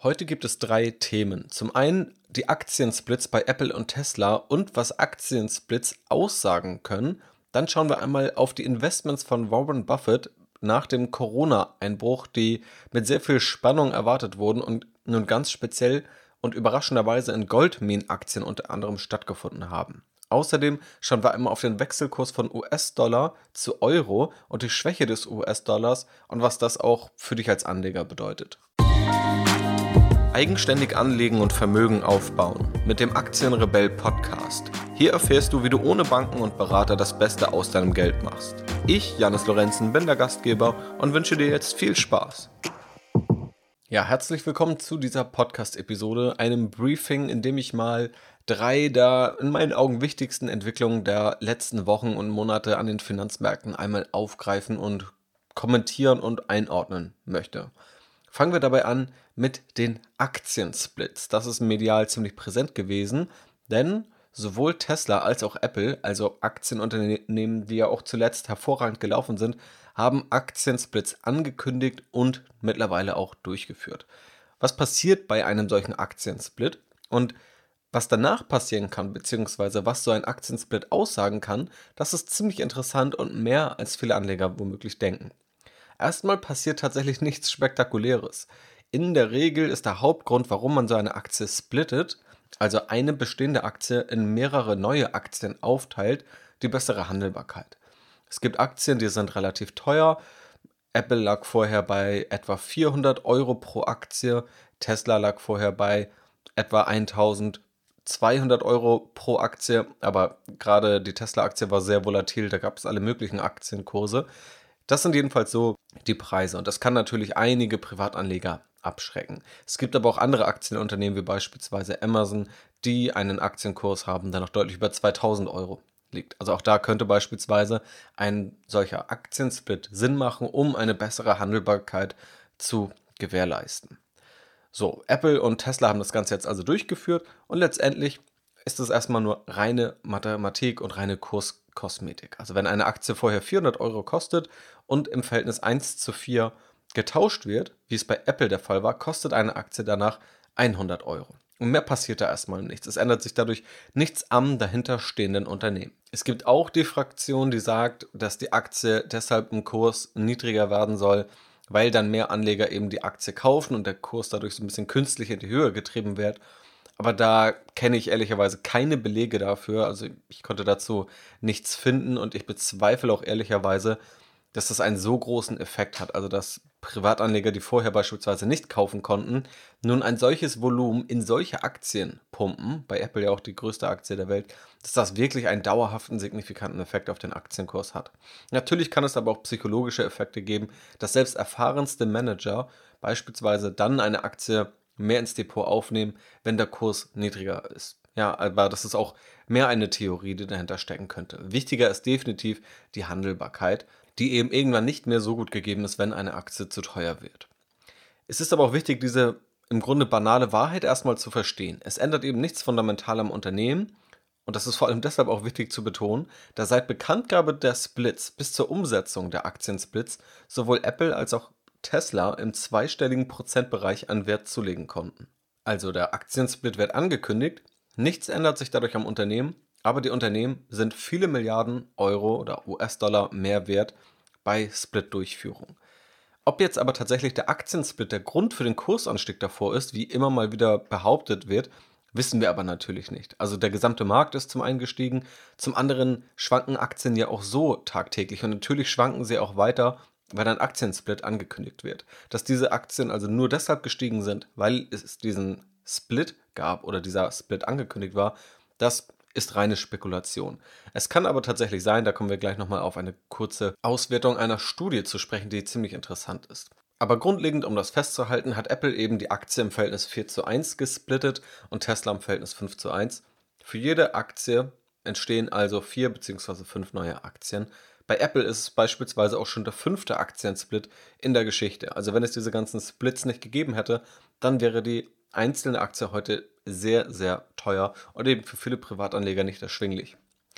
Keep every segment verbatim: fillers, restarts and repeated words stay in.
Heute gibt es drei Themen. Zum einen die Aktiensplits bei Apple und Tesla und was Aktiensplits aussagen können. Dann schauen wir einmal auf die Investments von Warren Buffett nach dem Corona-Einbruch, die mit sehr viel Spannung erwartet wurden und nun ganz speziell und überraschenderweise in Goldminen-Aktien unter anderem stattgefunden haben. Außerdem schauen wir einmal auf den Wechselkurs von U S-Dollar zu Euro und die Schwäche des U S-Dollars und was das auch für dich als Anleger bedeutet. Eigenständig anlegen und Vermögen aufbauen mit dem Aktienrebell Podcast. Hier erfährst du, wie du ohne Banken und Berater das Beste aus deinem Geld machst. Ich, Janis Lorenzen, bin der Gastgeber und wünsche dir jetzt viel Spaß. Ja, herzlich willkommen zu dieser Podcast-Episode, einem Briefing, in dem ich mal drei der in meinen Augen wichtigsten Entwicklungen der letzten Wochen und Monate an den Finanzmärkten einmal aufgreifen und kommentieren und einordnen möchte. Fangen wir dabei an mit den Aktiensplits. Das ist medial ziemlich präsent gewesen, denn sowohl Tesla als auch Apple, also Aktienunternehmen, die ja auch zuletzt hervorragend gelaufen sind, haben Aktiensplits angekündigt und mittlerweile auch durchgeführt. Was passiert bei einem solchen Aktiensplit und was danach passieren kann, beziehungsweise was so ein Aktiensplit aussagen kann, das ist ziemlich interessant und mehr als viele Anleger womöglich denken. Erstmal passiert tatsächlich nichts Spektakuläres. In der Regel ist der Hauptgrund, warum man so eine Aktie splittet, also eine bestehende Aktie in mehrere neue Aktien aufteilt, die bessere Handelbarkeit. Es gibt Aktien, die sind relativ teuer. Apple lag vorher bei etwa vierhundert Euro pro Aktie, Tesla lag vorher bei etwa eintausendzweihundert Euro pro Aktie, aber gerade die Tesla-Aktie war sehr volatil, da gab es alle möglichen Aktienkurse. Das sind jedenfalls so die Preise und das kann natürlich einige Privatanleger abschrecken. Es gibt aber auch andere Aktienunternehmen wie beispielsweise Amazon, die einen Aktienkurs haben, der noch deutlich über zweitausend Euro liegt. Also auch da könnte beispielsweise ein solcher Aktiensplit Sinn machen, um eine bessere Handelbarkeit zu gewährleisten. So, Apple und Tesla haben das Ganze jetzt also durchgeführt und letztendlich ist es erstmal nur reine Mathematik und reine Kurskosmetik. Also wenn eine Aktie vorher vierhundert Euro kostet und im Verhältnis eins zu vier getauscht wird, wie es bei Apple der Fall war, kostet eine Aktie danach hundert Euro. Und mehr passiert da erstmal nichts. Es ändert sich dadurch nichts am dahinterstehenden Unternehmen. Es gibt auch die Fraktion, die sagt, dass die Aktie deshalb im Kurs niedriger werden soll, weil dann mehr Anleger eben die Aktie kaufen und der Kurs dadurch so ein bisschen künstlich in die Höhe getrieben wird. Aber da kenne ich ehrlicherweise keine Belege dafür. Also ich konnte dazu nichts finden und ich bezweifle auch ehrlicherweise, dass das einen so großen Effekt hat. Also dass Privatanleger, die vorher beispielsweise nicht kaufen konnten, nun ein solches Volumen in solche Aktien pumpen, bei Apple ja auch die größte Aktie der Welt, dass das wirklich einen dauerhaften, signifikanten Effekt auf den Aktienkurs hat. Natürlich kann es aber auch psychologische Effekte geben, dass selbst erfahrenste Manager beispielsweise dann eine Aktie mehr ins Depot aufnehmen, wenn der Kurs niedriger ist. Ja, aber das ist auch mehr eine Theorie, die dahinter stecken könnte. Wichtiger ist definitiv die Handelbarkeit, die eben irgendwann nicht mehr so gut gegeben ist, wenn eine Aktie zu teuer wird. Es ist aber auch wichtig, diese im Grunde banale Wahrheit erstmal zu verstehen. Es ändert eben nichts fundamental am Unternehmen und das ist vor allem deshalb auch wichtig zu betonen, da seit Bekanntgabe der Splits bis zur Umsetzung der Aktiensplits sowohl Apple als auch Tesla im zweistelligen Prozentbereich an Wert zulegen konnten. Also der Aktiensplit wird angekündigt, nichts ändert sich dadurch am Unternehmen, aber die Unternehmen sind viele Milliarden Euro oder U S-Dollar mehr wert bei Split-Durchführung. Ob jetzt aber tatsächlich der Aktiensplit der Grund für den Kursanstieg davor ist, wie immer mal wieder behauptet wird, wissen wir aber natürlich nicht. Also der gesamte Markt ist zum einen gestiegen, zum anderen schwanken Aktien ja auch so tagtäglich und natürlich schwanken sie auch weiter, weil ein Aktiensplit angekündigt wird. Dass diese Aktien also nur deshalb gestiegen sind, weil es diesen Split gab oder dieser Split angekündigt war, das ist reine Spekulation. Es kann aber tatsächlich sein, da kommen wir gleich nochmal auf eine kurze Auswertung einer Studie zu sprechen, die ziemlich interessant ist. Aber grundlegend, um das festzuhalten, hat Apple eben die Aktie im Verhältnis vier zu eins gesplittet und Tesla im Verhältnis fünf zu eins. Für jede Aktie entstehen also vier bzw. fünf neue Aktien. Bei Apple ist es beispielsweise auch schon der fünfte Aktiensplit in der Geschichte. Also wenn es diese ganzen Splits nicht gegeben hätte, dann wäre die einzelne Aktie heute sehr, sehr teuer und eben für viele Privatanleger nicht erschwinglich.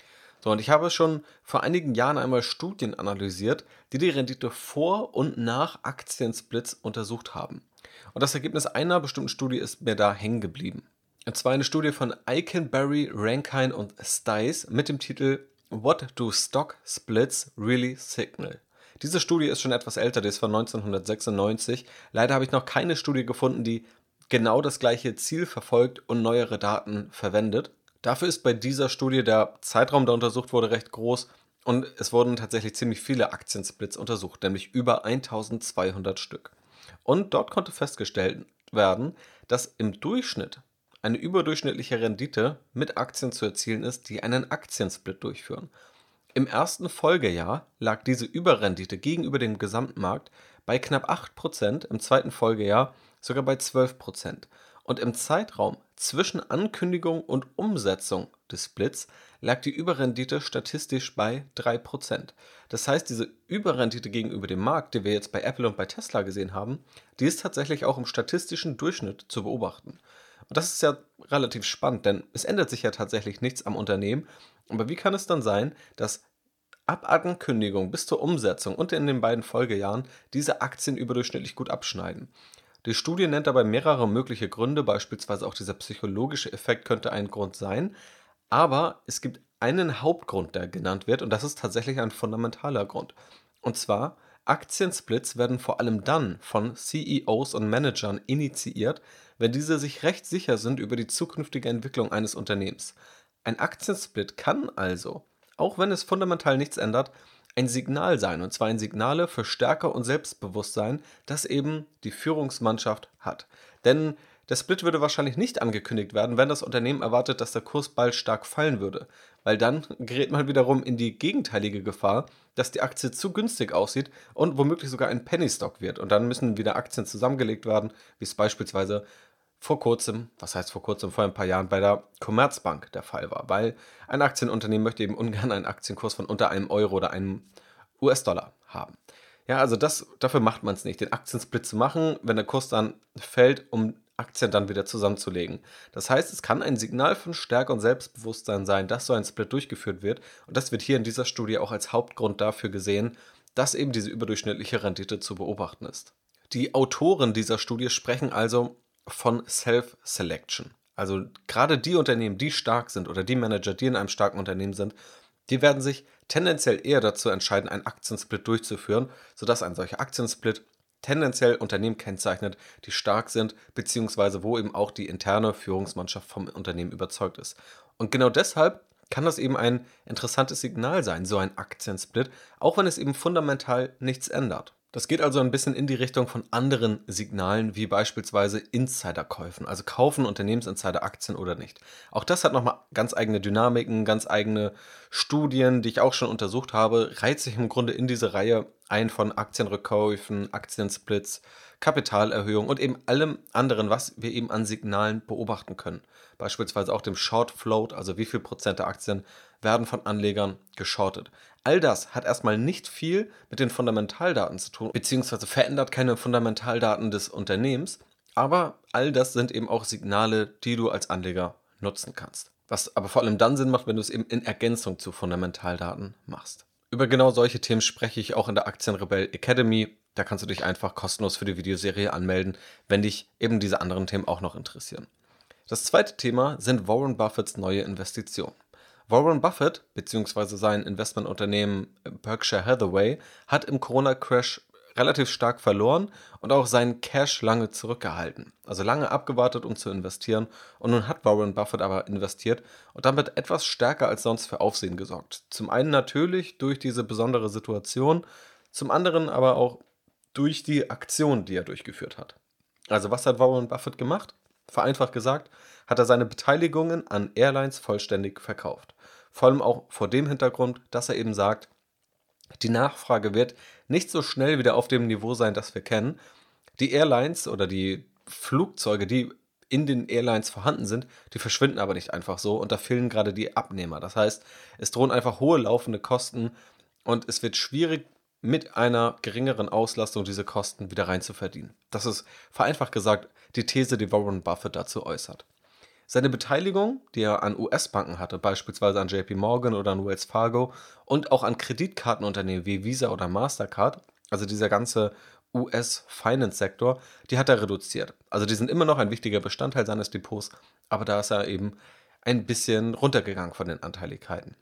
So, und ich habe schon vor einigen Jahren einmal Studien analysiert, die die Rendite vor und nach Aktiensplits untersucht haben. Und das Ergebnis einer bestimmten Studie ist mir da hängen geblieben. Und zwar eine Studie von Eikenberry, Rankine und Stice mit dem Titel What do Stock Splits Really Signal? Diese Studie ist schon etwas älter, die ist von neunzehnhundertsechsundneunzig. Leider habe ich noch keine Studie gefunden, die genau das gleiche Ziel verfolgt und neuere Daten verwendet. Dafür ist bei dieser Studie der Zeitraum, der untersucht wurde, recht groß und es wurden tatsächlich ziemlich viele Aktiensplits untersucht, nämlich über eintausendzweihundert Stück. Und dort konnte festgestellt werden, dass im Durchschnitt eine überdurchschnittliche Rendite mit Aktien zu erzielen ist, die einen Aktiensplit durchführen. Im ersten Folgejahr lag diese Überrendite gegenüber dem Gesamtmarkt bei knapp acht Prozent, im zweiten Folgejahr sogar bei zwölf Prozent. Und im Zeitraum zwischen Ankündigung und Umsetzung des Splits lag die Überrendite statistisch bei drei Prozent. Das heißt, diese Überrendite gegenüber dem Markt, die wir jetzt bei Apple und bei Tesla gesehen haben, die ist tatsächlich auch im statistischen Durchschnitt zu beobachten. Und das ist ja relativ spannend, denn es ändert sich ja tatsächlich nichts am Unternehmen. Aber wie kann es dann sein, dass ab Ankündigung bis zur Umsetzung und in den beiden Folgejahren diese Aktien überdurchschnittlich gut abschneiden? Die Studie nennt dabei mehrere mögliche Gründe, beispielsweise auch dieser psychologische Effekt könnte ein Grund sein. Aber es gibt einen Hauptgrund, der genannt wird, und das ist tatsächlich ein fundamentaler Grund. Und zwar, Aktiensplits werden vor allem dann von C E Os und Managern initiiert, wenn diese sich recht sicher sind über die zukünftige Entwicklung eines Unternehmens. Ein Aktiensplit kann also, auch wenn es fundamental nichts ändert, ein Signal sein, und zwar ein Signal für Stärke und Selbstbewusstsein, das eben die Führungsmannschaft hat. Denn der Split würde wahrscheinlich nicht angekündigt werden, wenn das Unternehmen erwartet, dass der Kurs bald stark fallen würde, weil dann gerät man wiederum in die gegenteilige Gefahr, dass die Aktie zu günstig aussieht und womöglich sogar ein Penny-Stock wird. Und dann müssen wieder Aktien zusammengelegt werden, wie es beispielsweise vor kurzem, was heißt vor kurzem, vor ein paar Jahren bei der Commerzbank der Fall war, weil ein Aktienunternehmen möchte eben ungern einen Aktienkurs von unter einem Euro oder einem U S-Dollar haben. Ja, also das, dafür macht man es nicht, den Aktiensplit zu machen, wenn der Kurs dann fällt, um Aktien dann wieder zusammenzulegen. Das heißt, es kann ein Signal von Stärke und Selbstbewusstsein sein, dass so ein Split durchgeführt wird. Und das wird hier in dieser Studie auch als Hauptgrund dafür gesehen, dass eben diese überdurchschnittliche Rendite zu beobachten ist. Die Autoren dieser Studie sprechen also von Self-Selection. Also gerade die Unternehmen, die stark sind oder die Manager, die in einem starken Unternehmen sind, die werden sich tendenziell eher dazu entscheiden, einen Aktiensplit durchzuführen, sodass ein solcher Aktiensplit tendenziell Unternehmen kennzeichnet, die stark sind, beziehungsweise wo eben auch die interne Führungsmannschaft vom Unternehmen überzeugt ist. Und genau deshalb kann das eben ein interessantes Signal sein, so ein Aktiensplit, auch wenn es eben fundamental nichts ändert. Das geht also ein bisschen in die Richtung von anderen Signalen, wie beispielsweise Insiderkäufen, also kaufen Unternehmensinsider Aktien oder nicht. Auch das hat nochmal ganz eigene Dynamiken, ganz eigene Studien, die ich auch schon untersucht habe, reiht sich im Grunde in diese Reihe ein von Aktienrückkäufen, Aktiensplits, Kapitalerhöhung und eben allem anderen, was wir eben an Signalen beobachten können. Beispielsweise auch dem Short Float, also wie viel Prozent der Aktien werden von Anlegern geschortet. All das hat erstmal nicht viel mit den Fundamentaldaten zu tun, beziehungsweise verändert keine Fundamentaldaten des Unternehmens, aber all das sind eben auch Signale, die du als Anleger nutzen kannst. Was aber vor allem dann Sinn macht, wenn du es eben in Ergänzung zu Fundamentaldaten machst. Über genau solche Themen spreche ich auch in der Aktienrebell Academy. Da kannst du dich einfach kostenlos für die Videoserie anmelden, wenn dich eben diese anderen Themen auch noch interessieren. Das zweite Thema sind Warren Buffetts neue Investitionen. Warren Buffett bzw. sein Investmentunternehmen Berkshire Hathaway hat im Corona-Crash relativ stark verloren und auch seinen Cash lange zurückgehalten. Also lange abgewartet, um zu investieren. Und nun hat Warren Buffett aber investiert und damit etwas stärker als sonst für Aufsehen gesorgt. Zum einen natürlich durch diese besondere Situation, zum anderen aber auch durch die Aktion, die er durchgeführt hat. Also was hat Warren Buffett gemacht? Vereinfacht gesagt, hat er seine Beteiligungen an Airlines vollständig verkauft. Vor allem auch vor dem Hintergrund, dass er eben sagt, die Nachfrage wird nicht so schnell wieder auf dem Niveau sein, das wir kennen. Die Airlines oder die Flugzeuge, die in den Airlines vorhanden sind, die verschwinden aber nicht einfach so und da fehlen gerade die Abnehmer. Das heißt, es drohen einfach hohe laufende Kosten und es wird schwierig, mit einer geringeren Auslastung diese Kosten wieder rein zu verdienen. Das ist vereinfacht gesagt die These, die Warren Buffett dazu äußert. Seine Beteiligung, die er an U S-Banken hatte, beispielsweise an J P Morgan oder an Wells Fargo und auch an Kreditkartenunternehmen wie Visa oder Mastercard, also dieser ganze U S-Finance-Sektor, die hat er reduziert. Also die sind immer noch ein wichtiger Bestandteil seines Depots, aber da ist er eben ein bisschen runtergegangen von den Anteiligkeiten.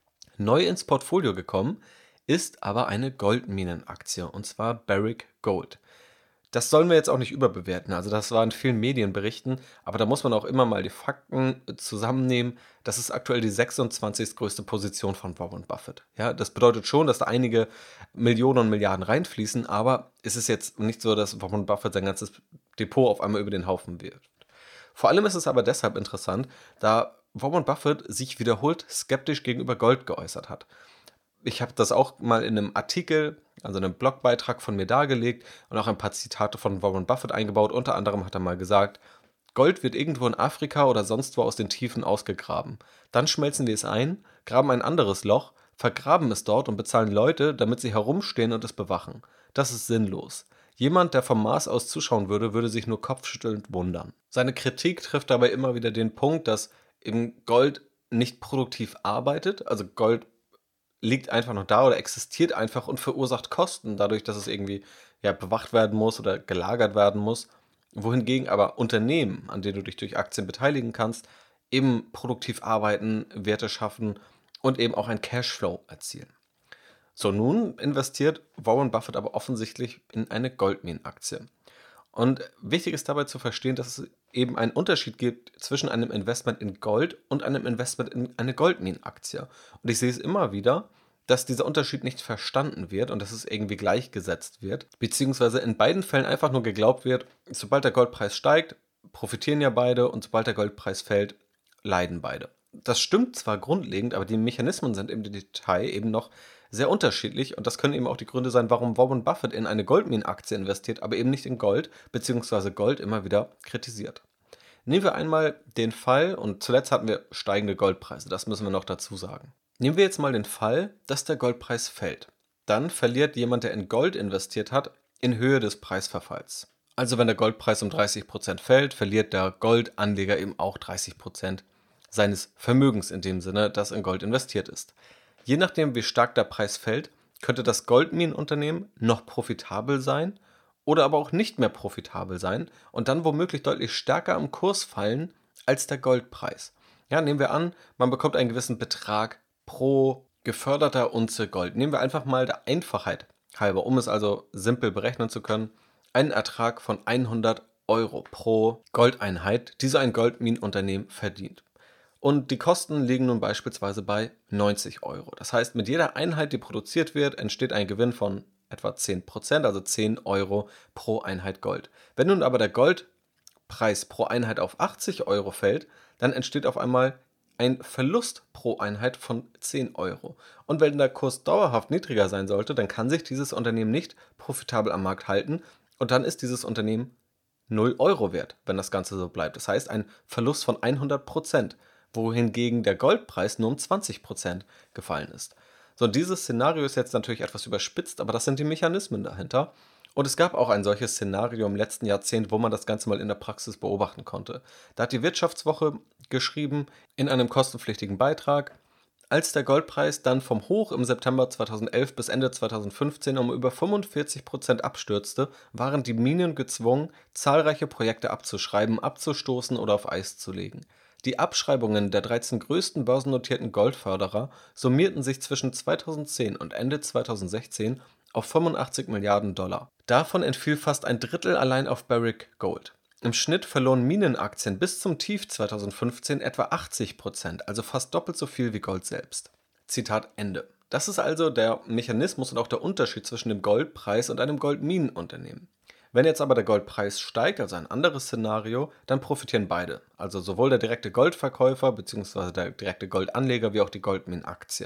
Neu ins Portfolio gekommen ist aber eine Goldminenaktie, und zwar Barrick Gold. Das sollen wir jetzt auch nicht überbewerten. Also das war in vielen Medienberichten, aber da muss man auch immer mal die Fakten zusammennehmen. Das ist aktuell die sechsundzwanzigste größte Position von Warren Buffett. Ja, das bedeutet schon, dass da einige Millionen und Milliarden reinfließen, aber es ist jetzt nicht so, dass Warren Buffett sein ganzes Depot auf einmal über den Haufen wirft. Vor allem ist es aber deshalb interessant, da Warren Buffett sich wiederholt skeptisch gegenüber Gold geäußert hat. Ich habe das auch mal in einem Artikel, also einem Blogbeitrag von mir dargelegt und auch ein paar Zitate von Warren Buffett eingebaut. Unter anderem hat er mal gesagt, Gold wird irgendwo in Afrika oder sonst wo aus den Tiefen ausgegraben. Dann schmelzen wir es ein, graben ein anderes Loch, vergraben es dort und bezahlen Leute, damit sie herumstehen und es bewachen. Das ist sinnlos. Jemand, der vom Mars aus zuschauen würde, würde sich nur kopfschüttelnd wundern. Seine Kritik trifft dabei immer wieder den Punkt, dass eben Gold nicht produktiv arbeitet, also Gold liegt einfach noch da oder existiert einfach und verursacht Kosten dadurch, dass es irgendwie ja, bewacht werden muss oder gelagert werden muss. Wohingegen aber Unternehmen, an denen du dich durch Aktien beteiligen kannst, eben produktiv arbeiten, Werte schaffen und eben auch ein Cashflow erzielen. So, nun investiert Warren Buffett aber offensichtlich in eine Goldminenaktie. Und wichtig ist dabei zu verstehen, dass es eben einen Unterschied gibt zwischen einem Investment in Gold und einem Investment in eine Goldminenaktie. Und ich sehe es immer wieder, dass dieser Unterschied nicht verstanden wird und dass es irgendwie gleichgesetzt wird, beziehungsweise in beiden Fällen einfach nur geglaubt wird, sobald der Goldpreis steigt, profitieren ja beide und sobald der Goldpreis fällt, leiden beide. Das stimmt zwar grundlegend, aber die Mechanismen sind im Detail eben noch sehr unterschiedlich und das können eben auch die Gründe sein, warum Warren Buffett in eine Goldminenaktie investiert, aber eben nicht in Gold, beziehungsweise Gold immer wieder kritisiert. Nehmen wir einmal den Fall, und zuletzt hatten wir steigende Goldpreise, das müssen wir noch dazu sagen. Nehmen wir jetzt mal den Fall, dass der Goldpreis fällt. Dann verliert jemand, der in Gold investiert hat, in Höhe des Preisverfalls. Also wenn der Goldpreis um dreißig Prozent fällt, verliert der Goldanleger eben auch dreißig Prozent seines Vermögens in dem Sinne, das in Gold investiert ist. Je nachdem, wie stark der Preis fällt, könnte das Goldminenunternehmen noch profitabel sein oder aber auch nicht mehr profitabel sein und dann womöglich deutlich stärker am Kurs fallen als der Goldpreis. Ja, nehmen wir an, man bekommt einen gewissen Betrag pro geförderter Unze Gold. Nehmen wir einfach mal der Einfachheit halber, um es also simpel berechnen zu können, einen Ertrag von hundert Euro pro Goldeinheit, die so ein Goldminenunternehmen verdient. Und die Kosten liegen nun beispielsweise bei neunzig Euro. Das heißt, mit jeder Einheit, die produziert wird, entsteht ein Gewinn von etwa zehn Prozent, also zehn Euro pro Einheit Gold. Wenn nun aber der Goldpreis pro Einheit auf achtzig Euro fällt, dann entsteht auf einmal ein Verlust pro Einheit von zehn Euro. Und wenn der Kurs dauerhaft niedriger sein sollte, dann kann sich dieses Unternehmen nicht profitabel am Markt halten und dann ist dieses Unternehmen null Euro wert, wenn das Ganze so bleibt. Das heißt, ein Verlust von hundert Prozent. Wohingegen der Goldpreis nur um zwanzig Prozent gefallen ist. So, dieses Szenario ist jetzt natürlich etwas überspitzt, aber das sind die Mechanismen dahinter. Und es gab auch ein solches Szenario im letzten Jahrzehnt, wo man das Ganze mal in der Praxis beobachten konnte. Da hat die Wirtschaftswoche geschrieben, in einem kostenpflichtigen Beitrag, als der Goldpreis dann vom Hoch im September zweitausendelf bis Ende zweitausendfünfzehn um über fünfundvierzig Prozent abstürzte, waren die Minen gezwungen, zahlreiche Projekte abzuschreiben, abzustoßen oder auf Eis zu legen. Die Abschreibungen der dreizehn größten börsennotierten Goldförderer summierten sich zwischen zweitausendzehn und Ende zweitausendsechzehn auf fünfundachtzig Milliarden Dollar. Davon entfiel fast ein Drittel allein auf Barrick Gold. Im Schnitt verloren Minenaktien bis zum Tief zweitausendfünfzehn etwa achtzig Prozent, also fast doppelt so viel wie Gold selbst. Zitat Ende. Das ist also der Mechanismus und auch der Unterschied zwischen dem Goldpreis und einem Goldminenunternehmen. Wenn jetzt aber der Goldpreis steigt, also ein anderes Szenario, dann profitieren beide. Also sowohl der direkte Goldverkäufer bzw. der direkte Goldanleger wie auch die Goldminenaktie.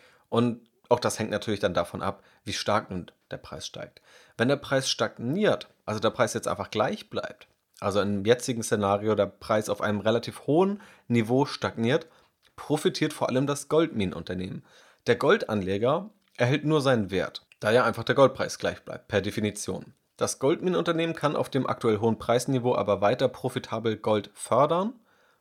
Und auch das hängt natürlich dann davon ab, wie stark nun der Preis steigt. Wenn der Preis stagniert, also der Preis jetzt einfach gleich bleibt, also im jetzigen Szenario der Preis auf einem relativ hohen Niveau stagniert, profitiert vor allem das Goldminenunternehmen. Der Goldanleger erhält nur seinen Wert, da ja einfach der Goldpreis gleich bleibt, per Definition. Das Goldminenunternehmen kann auf dem aktuell hohen Preisniveau aber weiter profitabel Gold fördern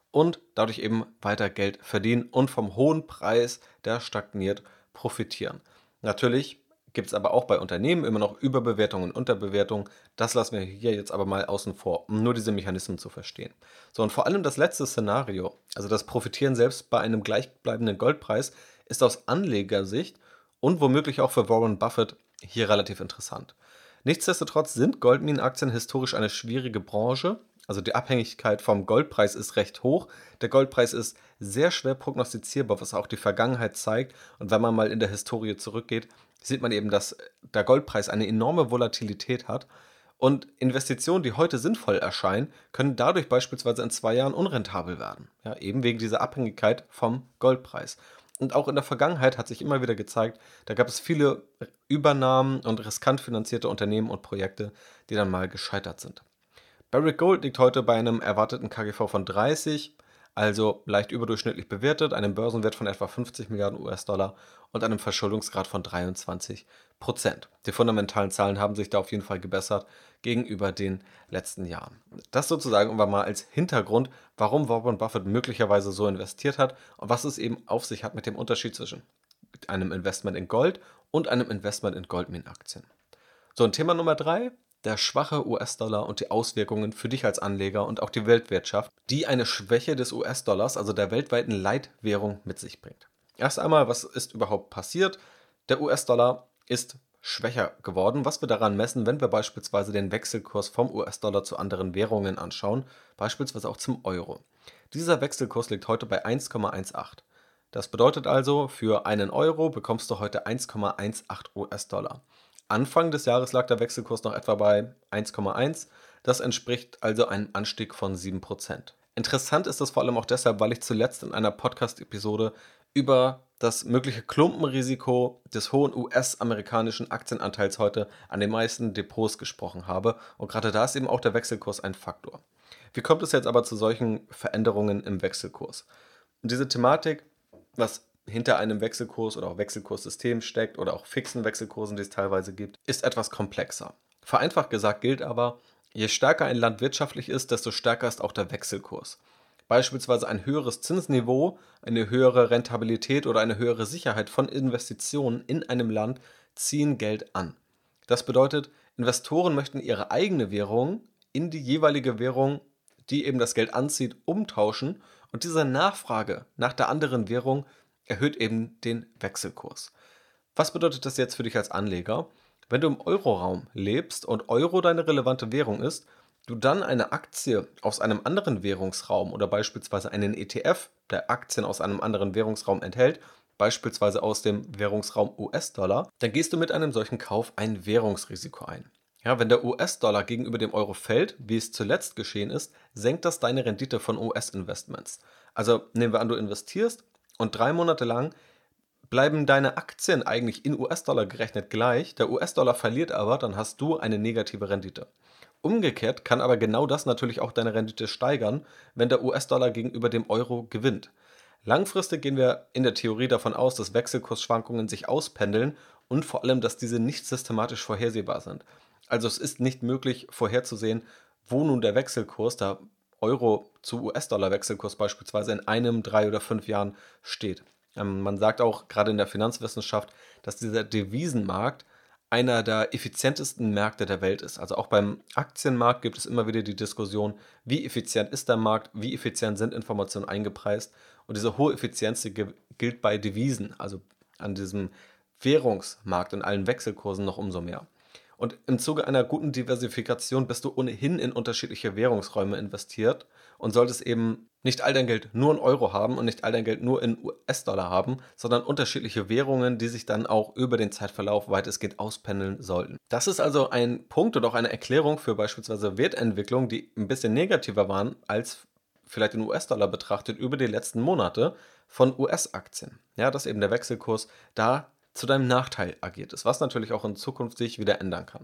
und dadurch eben weiter Geld verdienen und vom hohen Preis, der stagniert, profitieren. Natürlich gibt es aber auch bei Unternehmen immer noch Überbewertungen und Unterbewertungen. Das lassen wir hier jetzt aber mal außen vor, um nur diese Mechanismen zu verstehen. So, und vor allem das letzte Szenario, also das Profitieren selbst bei einem gleichbleibenden Goldpreis, ist aus Anlegersicht und womöglich auch für Warren Buffett hier relativ interessant. Nichtsdestotrotz sind Goldminenaktien historisch eine schwierige Branche. Also die Abhängigkeit vom Goldpreis ist recht hoch. Der Goldpreis ist sehr schwer prognostizierbar, was auch die Vergangenheit zeigt. Und wenn man mal in der Historie zurückgeht, sieht man eben, dass der Goldpreis eine enorme Volatilität hat. Und Investitionen, die heute sinnvoll erscheinen, können dadurch beispielsweise in zwei Jahren unrentabel werden. Ja, eben wegen dieser Abhängigkeit vom Goldpreis. Und auch in der Vergangenheit hat sich immer wieder gezeigt, da gab es viele Übernahmen und riskant finanzierte Unternehmen und Projekte, die dann mal gescheitert sind. Barrick Gold liegt heute bei einem erwarteten K G V von dreißig, also leicht überdurchschnittlich bewertet, einem Börsenwert von etwa fünfzig Milliarden U S-Dollar und einem Verschuldungsgrad von dreiundzwanzig Prozent. Die fundamentalen Zahlen haben sich da auf jeden Fall gebessert gegenüber den letzten Jahren. Das sozusagen aber mal als Hintergrund, warum Warren Buffett möglicherweise so investiert hat und was es eben auf sich hat mit dem Unterschied zwischen einem Investment in Gold und einem Investment in Goldminenaktien. So, und Thema Nummer drei, der schwache U S-Dollar und die Auswirkungen für dich als Anleger und auch die Weltwirtschaft, die eine Schwäche des U S-Dollars, also der weltweiten Leitwährung, mit sich bringt. Erst einmal, was ist überhaupt passiert? Der U S-Dollar ist schwächer geworden, was wir daran messen, wenn wir beispielsweise den Wechselkurs vom U S-Dollar zu anderen Währungen anschauen, beispielsweise auch zum Euro. Dieser Wechselkurs liegt heute bei eins Komma achtzehn. Das bedeutet also, für einen Euro bekommst du heute eins Komma achtzehn U S-Dollar. Anfang des Jahres lag der Wechselkurs noch etwa bei eins Komma eins. Das entspricht also einem Anstieg von sieben Prozent. Interessant ist das vor allem auch deshalb, weil ich zuletzt in einer Podcast-Episode über das mögliche Klumpenrisiko des hohen U S-amerikanischen Aktienanteils heute an den meisten Depots gesprochen habe. Und gerade da ist eben auch der Wechselkurs ein Faktor. Wie kommt es jetzt aber zu solchen Veränderungen im Wechselkurs? Und diese Thematik, was hinter einem Wechselkurs oder auch Wechselkurssystem steckt oder auch fixen Wechselkursen, die es teilweise gibt, ist etwas komplexer. Vereinfacht gesagt gilt aber, je stärker ein Land wirtschaftlich ist, desto stärker ist auch der Wechselkurs. Beispielsweise ein höheres Zinsniveau, eine höhere Rentabilität oder eine höhere Sicherheit von Investitionen in einem Land ziehen Geld an. Das bedeutet, Investoren möchten ihre eigene Währung in die jeweilige Währung, die eben das Geld anzieht, umtauschen und diese Nachfrage nach der anderen Währung erhöht eben den Wechselkurs. Was bedeutet das jetzt für dich als Anleger? Wenn du im Euroraum lebst und Euro deine relevante Währung ist, du dann eine Aktie aus einem anderen Währungsraum oder beispielsweise einen E T F, der Aktien aus einem anderen Währungsraum enthält, beispielsweise aus dem Währungsraum U S-Dollar, dann gehst du mit einem solchen Kauf ein Währungsrisiko ein. Ja, wenn der U S-Dollar gegenüber dem Euro fällt, wie es zuletzt geschehen ist, senkt das deine Rendite von U S-Investments. Also nehmen wir an, du investierst und drei Monate lang bleiben deine Aktien eigentlich in U S-Dollar gerechnet gleich, der U S-Dollar verliert aber, dann hast du eine negative Rendite. Umgekehrt kann aber genau das natürlich auch deine Rendite steigern, wenn der U S-Dollar gegenüber dem Euro gewinnt. Langfristig gehen wir in der Theorie davon aus, dass Wechselkursschwankungen sich auspendeln und vor allem, dass diese nicht systematisch vorhersehbar sind. Also es ist nicht möglich vorherzusehen, wo nun der Wechselkurs, der Euro zu U S-Dollar-Wechselkurs beispielsweise in einem, drei oder fünf Jahren steht. Ähm, man sagt auch gerade in der Finanzwissenschaft, dass dieser Devisenmarkt einer der effizientesten Märkte der Welt ist. Also auch beim Aktienmarkt gibt es immer wieder die Diskussion, wie effizient ist der Markt, wie effizient sind Informationen eingepreist. Und diese hohe Effizienz die gilt bei Devisen, also an diesem Währungsmarkt und allen Wechselkursen noch umso mehr. Und im Zuge einer guten Diversifikation bist du ohnehin in unterschiedliche Währungsräume investiert und solltest eben nicht all dein Geld nur in Euro haben und nicht all dein Geld nur in U S-Dollar haben, sondern unterschiedliche Währungen, die sich dann auch über den Zeitverlauf weitestgehend auspendeln sollten. Das ist also ein Punkt oder auch eine Erklärung für beispielsweise Wertentwicklungen, die ein bisschen negativer waren als vielleicht in U S-Dollar betrachtet über die letzten Monate von U S-Aktien. Ja, dass eben der Wechselkurs da zu deinem Nachteil agiert ist, was natürlich auch in Zukunft sich wieder ändern kann.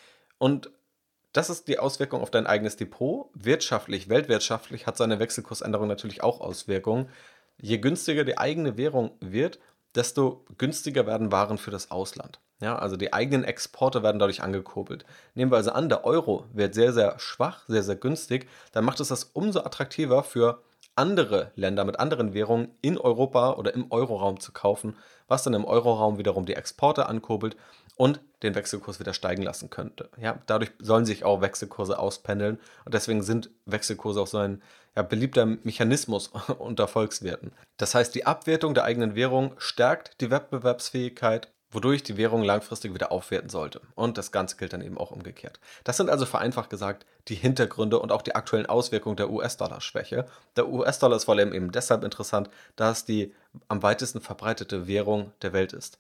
Und das ist die Auswirkung auf dein eigenes Depot. Wirtschaftlich, weltwirtschaftlich hat seine Wechselkursänderung natürlich auch Auswirkungen. Je günstiger die eigene Währung wird, desto günstiger werden Waren für das Ausland. Ja, also die eigenen Exporte werden dadurch angekurbelt. Nehmen wir also an, der Euro wird sehr, sehr schwach, sehr, sehr günstig, dann macht es das umso attraktiver für andere Länder mit anderen Währungen in Europa oder im Euroraum zu kaufen, was dann im Euroraum wiederum die Exporte ankurbelt und den Wechselkurs wieder steigen lassen könnte. Ja, dadurch sollen sich auch Wechselkurse auspendeln und deswegen sind Wechselkurse auch so ein ja, beliebter Mechanismus unter Volkswirten. Das heißt, die Abwertung der eigenen Währung stärkt die Wettbewerbsfähigkeit, wodurch die Währung langfristig wieder aufwerten sollte. Und das Ganze gilt dann eben auch umgekehrt. Das sind also vereinfacht gesagt die Hintergründe und auch die aktuellen Auswirkungen der U S-Dollar-Schwäche. Der U S-Dollar ist vor allem eben deshalb interessant, da es die am weitesten verbreitete Währung der Welt ist.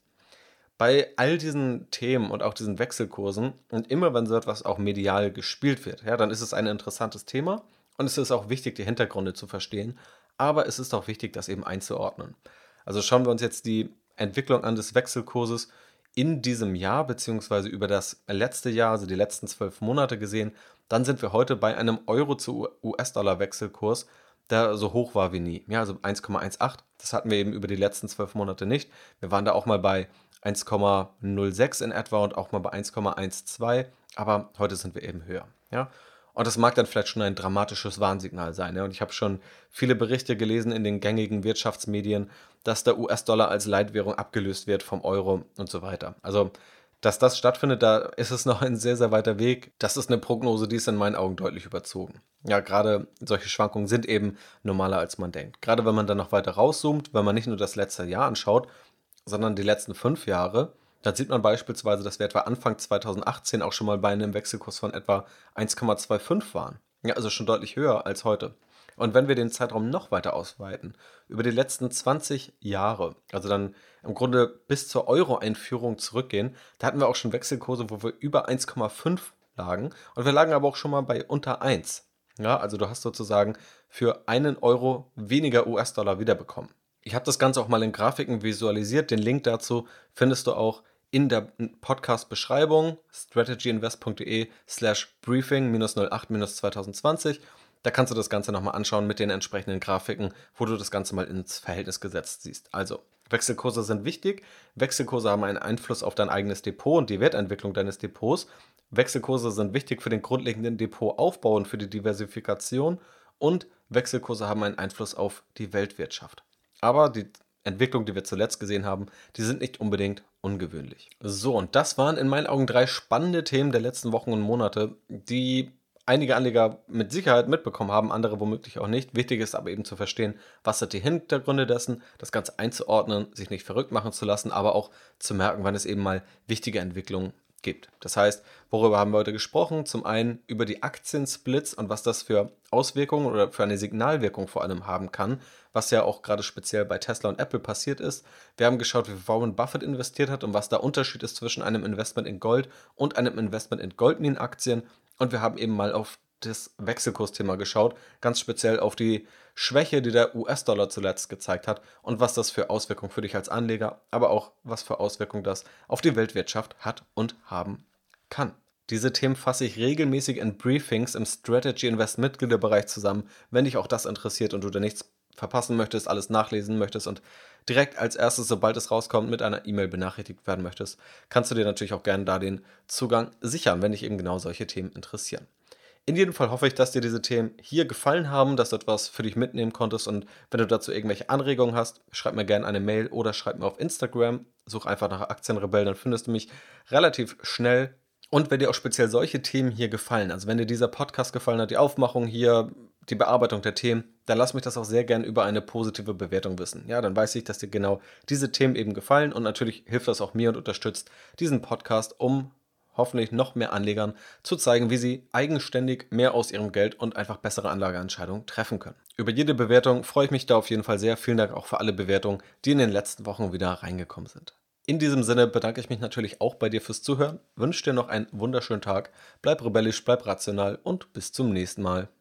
Bei all diesen Themen und auch diesen Wechselkursen und immer wenn so etwas auch medial gespielt wird, ja, dann ist es ein interessantes Thema und es ist auch wichtig, die Hintergründe zu verstehen, aber es ist auch wichtig, das eben einzuordnen. Also schauen wir uns jetzt die Entwicklung an des Wechselkurses in diesem Jahr, beziehungsweise über das letzte Jahr, also die letzten zwölf Monate gesehen, dann sind wir heute bei einem Euro zu U S-Dollar-Wechselkurs, der so hoch war wie nie. Ja, also eins Komma achtzehn. Das hatten wir eben über die letzten zwölf Monate nicht. Wir waren da auch mal bei eins Komma null sechs in etwa und auch mal bei eins Komma zwölf, aber heute sind wir eben höher. Ja? Und das mag dann vielleicht schon ein dramatisches Warnsignal sein. Ja? Und ich habe schon viele Berichte gelesen in den gängigen Wirtschaftsmedien, dass der U S-Dollar als Leitwährung abgelöst wird vom Euro und so weiter. Also, dass das stattfindet, da ist es noch ein sehr, sehr weiter Weg. Das ist eine Prognose, die ist in meinen Augen deutlich überzogen. Ja, gerade solche Schwankungen sind eben normaler, als man denkt. Gerade wenn man dann noch weiter rauszoomt, wenn man nicht nur das letzte Jahr anschaut, sondern die letzten fünf Jahre, dann sieht man beispielsweise, dass wir etwa Anfang zweitausendachtzehn auch schon mal bei einem Wechselkurs von etwa eins Komma fünfundzwanzig waren. Ja, also schon deutlich höher als heute. Und wenn wir den Zeitraum noch weiter ausweiten, über die letzten zwanzig Jahre, also dann im Grunde bis zur Euro-Einführung zurückgehen, da hatten wir auch schon Wechselkurse, wo wir über eins Komma fünf lagen und wir lagen aber auch schon mal bei unter eins. Ja, also du hast sozusagen für einen Euro weniger U S-Dollar wiederbekommen. Ich habe das Ganze auch mal in Grafiken visualisiert. Den Link dazu findest du auch in der Podcast-Beschreibung strategyinvest.de slash briefing minus null acht minus zweitausendzwanzig. Da kannst du das Ganze nochmal anschauen mit den entsprechenden Grafiken, wo du das Ganze mal ins Verhältnis gesetzt siehst. Also, Wechselkurse sind wichtig. Wechselkurse haben einen Einfluss auf dein eigenes Depot und die Wertentwicklung deines Depots. Wechselkurse sind wichtig für den grundlegenden Depotaufbau und für die Diversifikation. Und Wechselkurse haben einen Einfluss auf die Weltwirtschaft. Aber die Entwicklung, die wir zuletzt gesehen haben, die sind nicht unbedingt ungewöhnlich. So, und das waren in meinen Augen drei spannende Themen der letzten Wochen und Monate, die einige Anleger mit Sicherheit mitbekommen haben, andere womöglich auch nicht. Wichtig ist aber eben zu verstehen, was sind die Hintergründe dessen, das Ganze einzuordnen, sich nicht verrückt machen zu lassen, aber auch zu merken, wann es eben mal wichtige Entwicklungen gibt. Das heißt, worüber haben wir heute gesprochen? Zum einen über die Aktiensplits und was das für Auswirkungen oder für eine Signalwirkung vor allem haben kann, was ja auch gerade speziell bei Tesla und Apple passiert ist. Wir haben geschaut, wie Warren Buffett investiert hat und was der Unterschied ist zwischen einem Investment in Gold und einem Investment in Goldminenaktien. Und wir haben eben mal auf das Wechselkursthema geschaut, ganz speziell auf die Schwäche, die der U S-Dollar zuletzt gezeigt hat und was das für Auswirkungen für dich als Anleger, aber auch was für Auswirkungen das auf die Weltwirtschaft hat und haben kann. Diese Themen fasse ich regelmäßig in Briefings im Strategy Invest Mitgliederbereich zusammen, wenn dich auch das interessiert und du da nichts verpassen möchtest, alles nachlesen möchtest und direkt als erstes, sobald es rauskommt, mit einer E-Mail benachrichtigt werden möchtest, kannst du dir natürlich auch gerne da den Zugang sichern, wenn dich eben genau solche Themen interessieren. In jedem Fall hoffe ich, dass dir diese Themen hier gefallen haben, dass du etwas für dich mitnehmen konntest und wenn du dazu irgendwelche Anregungen hast, schreib mir gerne eine Mail oder schreib mir auf Instagram, such einfach nach Aktienrebell, dann findest du mich relativ schnell. Und wenn dir auch speziell solche Themen hier gefallen, also wenn dir dieser Podcast gefallen hat, die Aufmachung hier, die Bearbeitung der Themen, dann lass mich das auch sehr gern über eine positive Bewertung wissen. Ja, dann weiß ich, dass dir genau diese Themen eben gefallen und natürlich hilft das auch mir und unterstützt diesen Podcast, um hoffentlich noch mehr Anlegern zu zeigen, wie sie eigenständig mehr aus ihrem Geld und einfach bessere Anlageentscheidungen treffen können. Über jede Bewertung freue ich mich da auf jeden Fall sehr. Vielen Dank auch für alle Bewertungen, die in den letzten Wochen wieder reingekommen sind. In diesem Sinne bedanke ich mich natürlich auch bei dir fürs Zuhören, wünsche dir noch einen wunderschönen Tag, bleib rebellisch, bleib rational und bis zum nächsten Mal.